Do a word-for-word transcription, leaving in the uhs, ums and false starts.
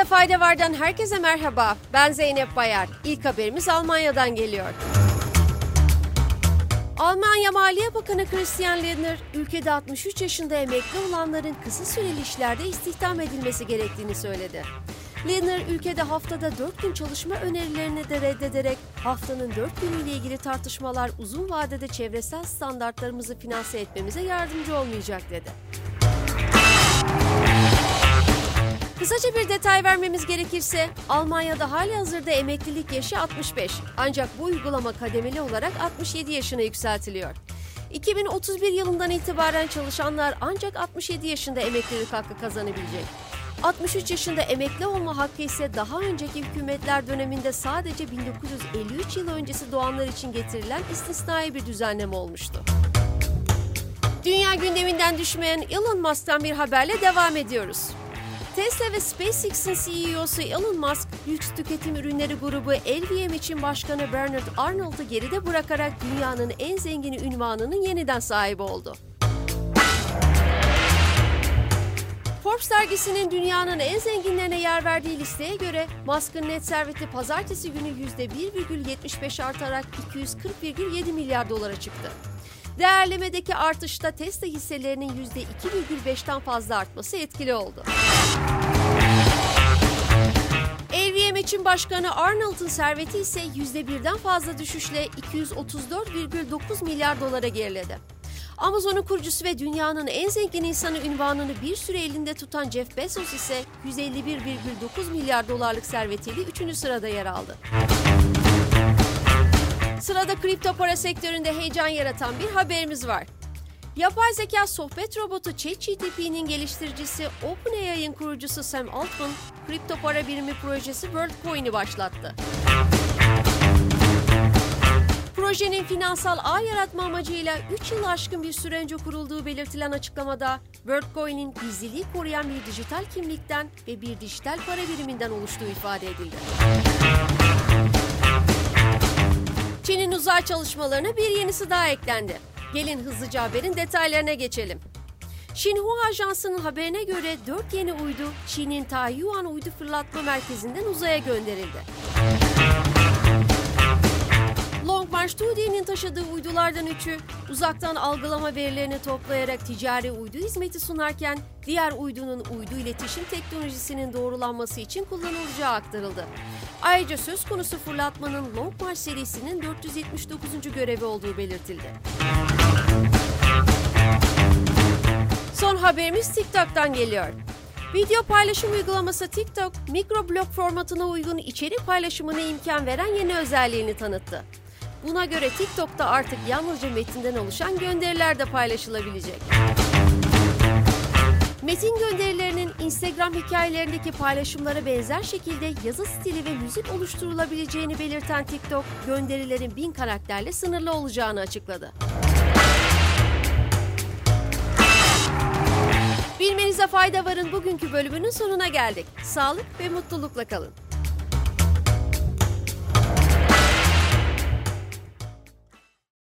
Bilmenize fayda vardan herkese merhaba. Ben Zeynep Bayar. İlk haberimiz Almanya'dan geliyor. Almanya Maliye Bakanı Christian Lindner, ülkede altmış üç yaşında emekli olanların kısa süreli işlerde istihdam edilmesi gerektiğini söyledi. Lindner, ülkede haftada dört gün çalışma önerilerini de reddederek haftanın dört günüyle ilgili tartışmalar uzun vadede çevresel standartlarımızı finanse etmemize yardımcı olmayacak dedi. Kısaca bir detay vermemiz gerekirse, Almanya'da halihazırda emeklilik yaşı altmış beş, ancak bu uygulama kademeli olarak altmış yedi yaşına yükseltiliyor. iki bin otuz bir yılından itibaren çalışanlar ancak altmış yedi yaşında emeklilik hakkı kazanabilecek. altmış üç yaşında emekli olma hakkı ise daha önceki hükümetler döneminde sadece bin dokuz yüz elli üç yılı öncesi doğanlar için getirilen istisnai bir düzenleme olmuştu. Dünya gündeminden düşmeyen Elon Musk'tan bir haberle devam ediyoruz. Tesla ve SpaceX'in C E O'su Elon Musk, lüks tüketim ürünleri grubu L V M için başkanı Bernard Arnault'u geride bırakarak dünyanın en zengini unvanının yeniden sahibi oldu. Forbes dergisinin dünyanın en zenginlerine yer verdiği listeye göre Musk'ın net serveti pazartesi günü yüzde bir virgül yetmiş beş artarak iki yüz kırk virgül yedi milyar dolara çıktı. Değerlemedeki artışta Tesla hisselerinin yüzde iki virgül beşten fazla artması etkili oldu. L V M için başkanı Arnold'un serveti ise yüzde birden fazla düşüşle iki yüz otuz dört virgül dokuz milyar dolara geriledi. Amazon'un kurucusu ve dünyanın en zengin insanı unvanını bir süre elinde tutan Jeff Bezos ise yüz elli bir virgül dokuz milyar dolarlık servetiyle üçüncü sırada yer aldı. Sırada kripto para sektöründe heyecan yaratan bir haberimiz var. Yapay zeka sohbet robotu ChatGPT'nin geliştiricisi OpenAI'ın kurucusu Sam Altman, kripto para birimi projesi WorldCoin'i başlattı. Projenin finansal ağ yaratma amacıyla üç yıl aşkın bir süre önce kurulduğu belirtilen açıklamada, WorldCoin'in gizliliği koruyan bir dijital kimlikten ve bir dijital para biriminden oluştuğu ifade edildi. Çin'in uzay çalışmalarına bir yenisi daha eklendi. Gelin hızlıca haberin detaylarına geçelim. Xinhua Ajansı'nın haberine göre dört yeni uydu Çin'in Taiyuan uydu fırlatma merkezinden uzaya gönderildi. Long March iki D'nin taşıdığı uydulardan üçü uzaktan algılama verilerini toplayarak ticari uydu hizmeti sunarken diğer uydunun uydu iletişim teknolojisinin doğrulanması için kullanılacağı aktarıldı. Ayrıca söz konusu fırlatmanın Long March serisinin dört yüz yetmiş dokuzuncu görevi olduğu belirtildi. Son haberimiz TikTok'tan geliyor. Video paylaşım uygulaması TikTok, mikroblog formatına uygun içerik paylaşımına imkan veren yeni özelliğini tanıttı. Buna göre TikTok'ta artık yalnızca metinden oluşan gönderiler de paylaşılabilecek. Metin gönderilerinin Instagram hikayelerindeki paylaşımlara benzer şekilde yazı stili ve müzik oluşturulabileceğini belirten TikTok, gönderilerin bin karakterle sınırlı olacağını açıkladı. Bilmenize fayda varın bugünkü bölümünün sonuna geldik. Sağlık ve mutlulukla kalın.